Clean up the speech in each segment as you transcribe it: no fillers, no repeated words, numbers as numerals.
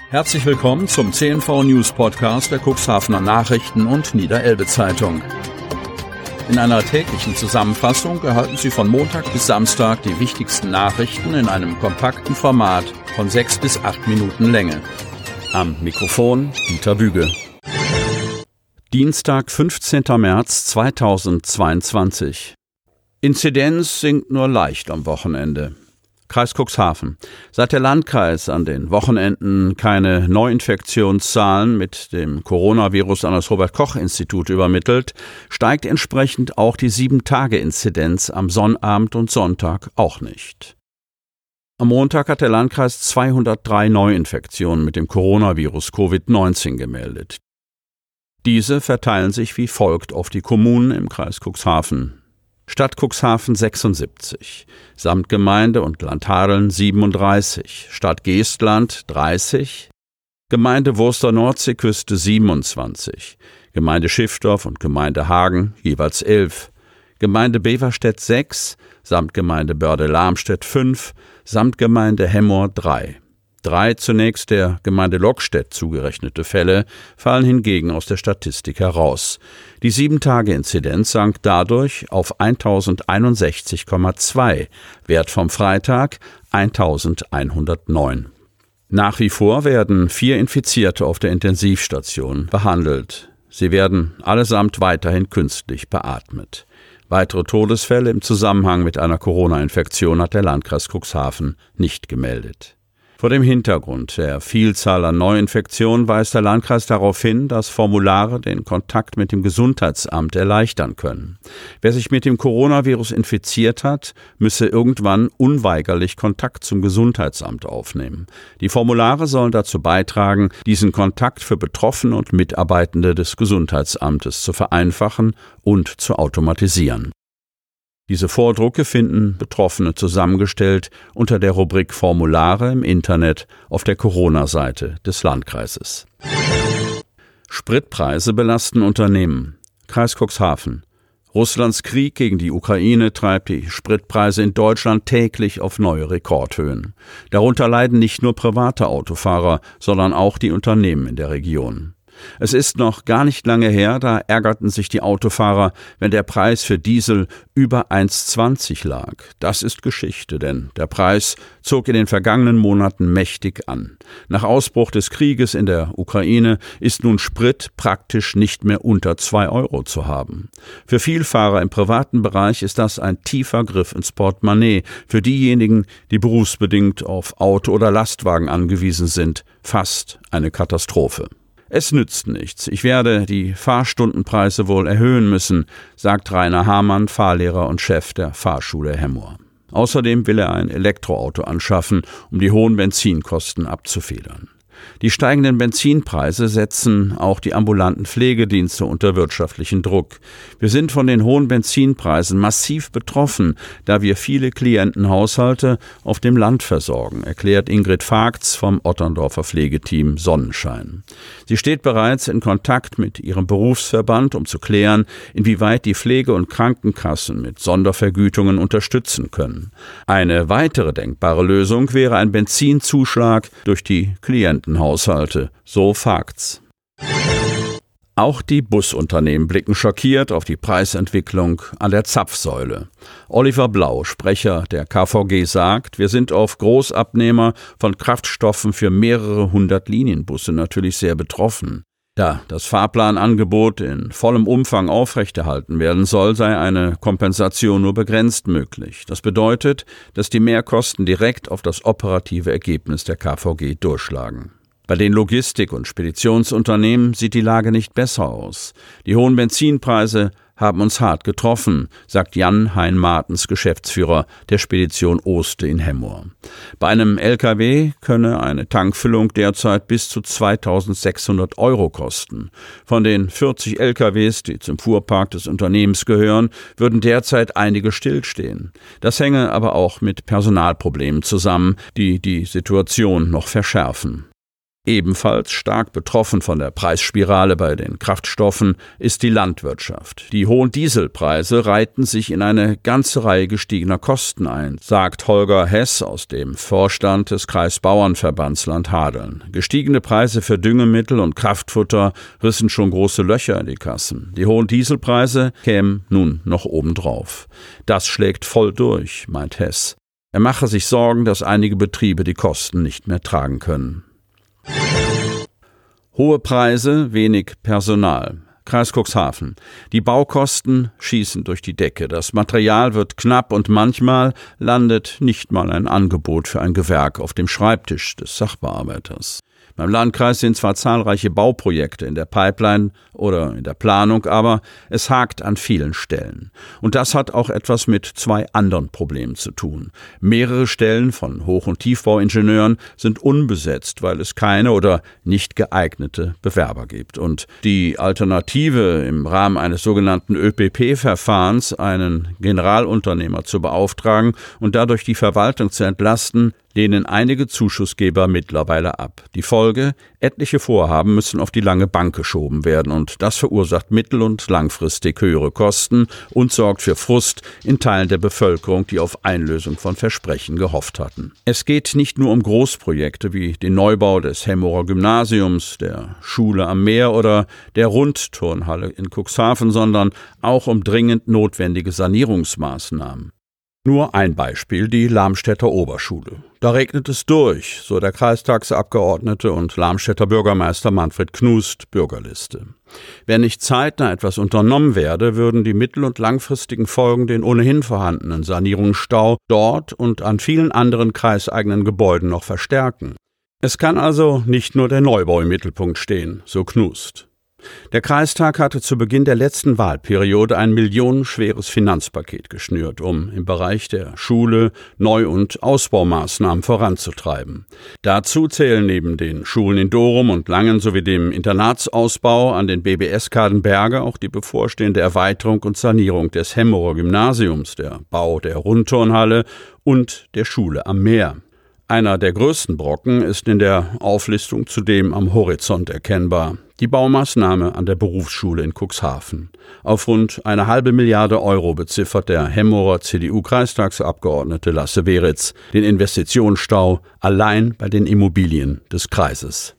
Herzlich willkommen zum CNV News Podcast der Cuxhavener Nachrichten und Niederelbe Zeitung. In einer täglichen Zusammenfassung erhalten Sie von Montag bis Samstag die wichtigsten Nachrichten in einem kompakten Format von 6 bis 8 Minuten Länge. Am Mikrofon Dieter Büge. Dienstag, 15. März 2022. Inzidenz sinkt nur leicht am Wochenende. Kreis Cuxhaven. Seit der Landkreis an den Wochenenden keine Neuinfektionszahlen mit dem Coronavirus an das Robert-Koch-Institut übermittelt, steigt entsprechend auch die 7-Tage-Inzidenz am Sonnabend und Sonntag auch nicht. Am Montag hat der Landkreis 203 Neuinfektionen mit dem Coronavirus Covid-19 gemeldet. Diese verteilen sich wie folgt auf die Kommunen im Kreis Cuxhaven. Stadt Cuxhaven 76, Samtgemeinde und Landhadeln 37, Stadt Geestland 30, Gemeinde Wurster-Nordseeküste 27, Gemeinde Schiffdorf und Gemeinde Hagen jeweils 11, Gemeinde Beverstedt 6, Samtgemeinde Börde-Lamstedt 5, Samtgemeinde Hemmoor 3. 3 zunächst der Gemeinde Lockstedt zugerechnete Fälle fallen hingegen aus der Statistik heraus. Die 7-Tage-Inzidenz sank dadurch auf 1061,2, Wert vom Freitag 1109. Nach wie vor werden 4 Infizierte auf der Intensivstation behandelt. Sie werden allesamt weiterhin künstlich beatmet. Weitere Todesfälle im Zusammenhang mit einer Corona-Infektion hat der Landkreis Cuxhaven nicht gemeldet. Vor dem Hintergrund der Vielzahl an Neuinfektionen weist der Landkreis darauf hin, dass Formulare den Kontakt mit dem Gesundheitsamt erleichtern können. Wer sich mit dem Coronavirus infiziert hat, müsse irgendwann unweigerlich Kontakt zum Gesundheitsamt aufnehmen. Die Formulare sollen dazu beitragen, diesen Kontakt für Betroffene und Mitarbeitende des Gesundheitsamtes zu vereinfachen und zu automatisieren. Diese Vordrucke finden Betroffene zusammengestellt unter der Rubrik Formulare im Internet auf der Corona-Seite des Landkreises. Spritpreise belasten Unternehmen. Kreis Cuxhaven. Russlands Krieg gegen die Ukraine treibt die Spritpreise in Deutschland täglich auf neue Rekordhöhen. Darunter leiden nicht nur private Autofahrer, sondern auch die Unternehmen in der Region. Es ist noch gar nicht lange her, da ärgerten sich die Autofahrer, wenn der Preis für Diesel über 1,20 lag. Das ist Geschichte, denn der Preis zog in den vergangenen Monaten mächtig an. Nach Ausbruch des Krieges in der Ukraine ist nun Sprit praktisch nicht mehr unter 2 Euro zu haben. Für Vielfahrer im privaten Bereich ist das ein tiefer Griff ins Portemonnaie. Für diejenigen, die berufsbedingt auf Auto oder Lastwagen angewiesen sind, fast eine Katastrophe. Es nützt nichts. Ich werde die Fahrstundenpreise wohl erhöhen müssen, sagt Rainer Hamann, Fahrlehrer und Chef der Fahrschule Hemmoor. Außerdem will er ein Elektroauto anschaffen, um die hohen Benzinkosten abzufedern. Die steigenden Benzinpreise setzen auch die ambulanten Pflegedienste unter wirtschaftlichen Druck. Wir sind von den hohen Benzinpreisen massiv betroffen, da wir viele Klientenhaushalte auf dem Land versorgen, erklärt Ingrid Vagts vom Otterndorfer Pflegeteam Sonnenschein. Sie steht bereits in Kontakt mit ihrem Berufsverband, um zu klären, inwieweit die Pflege- und Krankenkassen mit Sondervergütungen unterstützen können. Eine weitere denkbare Lösung wäre ein Benzinzuschlag durch die Klientenhaushalte, so Vagts. Auch die Busunternehmen blicken schockiert auf die Preisentwicklung an der Zapfsäule. Oliver Blau, Sprecher der KVG, sagt, wir sind auf Großabnehmer von Kraftstoffen für mehrere hundert Linienbusse natürlich sehr betroffen. Da das Fahrplanangebot in vollem Umfang aufrechterhalten werden soll, sei eine Kompensation nur begrenzt möglich. Das bedeutet, dass die Mehrkosten direkt auf das operative Ergebnis der KVG durchschlagen. Bei den Logistik- und Speditionsunternehmen sieht die Lage nicht besser aus. Die hohen Benzinpreise haben uns hart getroffen, sagt Jan Hein-Martens, Geschäftsführer der Spedition Oste in Hemmoor. Bei einem LKW könne eine Tankfüllung derzeit bis zu 2.600 Euro kosten. Von den 40 LKWs, die zum Fuhrpark des Unternehmens gehören, würden derzeit einige stillstehen. Das hänge aber auch mit Personalproblemen zusammen, die die Situation noch verschärfen. Ebenfalls stark betroffen von der Preisspirale bei den Kraftstoffen ist die Landwirtschaft. Die hohen Dieselpreise reiten sich in eine ganze Reihe gestiegener Kosten ein, sagt Holger Hess aus dem Vorstand des Kreisbauernverbands Land Hadeln. Gestiegene Preise für Düngemittel und Kraftfutter rissen schon große Löcher in die Kassen. Die hohen Dieselpreise kämen nun noch obendrauf. Das schlägt voll durch, meint Hess. Er mache sich Sorgen, dass einige Betriebe die Kosten nicht mehr tragen können. Hohe Preise, wenig Personal. Kreis Cuxhaven. Die Baukosten schießen durch die Decke. Das Material wird knapp und manchmal landet nicht mal ein Angebot für ein Gewerk auf dem Schreibtisch des Sachbearbeiters. Beim Landkreis sind zwar zahlreiche Bauprojekte in der Pipeline oder in der Planung, aber es hakt an vielen Stellen. Und das hat auch etwas mit zwei anderen Problemen zu tun. Mehrere Stellen von Hoch- und Tiefbauingenieuren sind unbesetzt, weil es keine oder nicht geeignete Bewerber gibt. Und die Alternative, im Rahmen eines sogenannten ÖPP-Verfahrens einen Generalunternehmer zu beauftragen und dadurch die Verwaltung zu entlasten, lehnen einige Zuschussgeber mittlerweile ab. Die Folge: etliche Vorhaben müssen auf die lange Bank geschoben werden und das verursacht mittel- und langfristig höhere Kosten und sorgt für Frust in Teilen der Bevölkerung, die auf Einlösung von Versprechen gehofft hatten. Es geht nicht nur um Großprojekte wie den Neubau des Hemmorer Gymnasiums, der Schule am Meer oder der Rundturnhalle in Cuxhaven, sondern auch um dringend notwendige Sanierungsmaßnahmen. Nur ein Beispiel: die Lamstädter Oberschule. Da regnet es durch, so der Kreistagsabgeordnete und Lamstädter Bürgermeister Manfred Knust, Bürgerliste. Wenn nicht zeitnah etwas unternommen werde, würden die mittel- und langfristigen Folgen den ohnehin vorhandenen Sanierungsstau dort und an vielen anderen kreiseigenen Gebäuden noch verstärken. Es kann also nicht nur der Neubau im Mittelpunkt stehen, so Knust. Der Kreistag hatte zu Beginn der letzten Wahlperiode ein millionenschweres Finanzpaket geschnürt, um im Bereich der Schule Neu- und Ausbaumaßnahmen voranzutreiben. Dazu zählen neben den Schulen in Dorum und Langen sowie dem Internatsausbau an den BBS Kadenberge auch die bevorstehende Erweiterung und Sanierung des Hemmorer Gymnasiums, der Bau der Rundturnhalle und der Schule am Meer. Einer der größten Brocken ist in der Auflistung zudem am Horizont erkennbar: die Baumaßnahme an der Berufsschule in Cuxhaven. Auf rund 1,5 Milliarde Euro beziffert der Hemmorer CDU-Kreistagsabgeordnete Lasse Weritz den Investitionsstau allein bei den Immobilien des Kreises.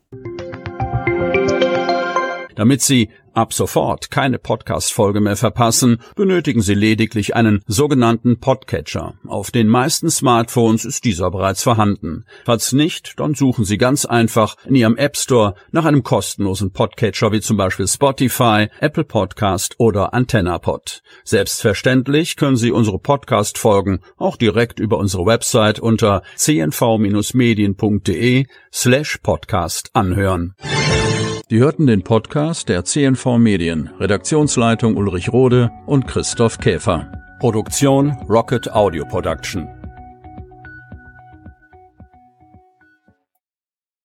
Damit Sie ab sofort keine Podcast-Folge mehr verpassen, benötigen Sie lediglich einen sogenannten Podcatcher. Auf den meisten Smartphones ist dieser bereits vorhanden. Falls nicht, dann suchen Sie ganz einfach in Ihrem App Store nach einem kostenlosen Podcatcher wie zum Beispiel Spotify, Apple Podcast oder AntennaPod. Selbstverständlich können Sie unsere Podcast-Folgen auch direkt über unsere Website unter cnv-medien.de/podcast anhören. Sie hörten den Podcast der CNV Medien, Redaktionsleitung Ulrich Rode und Christoph Käfer. Produktion Rocket Audio Production.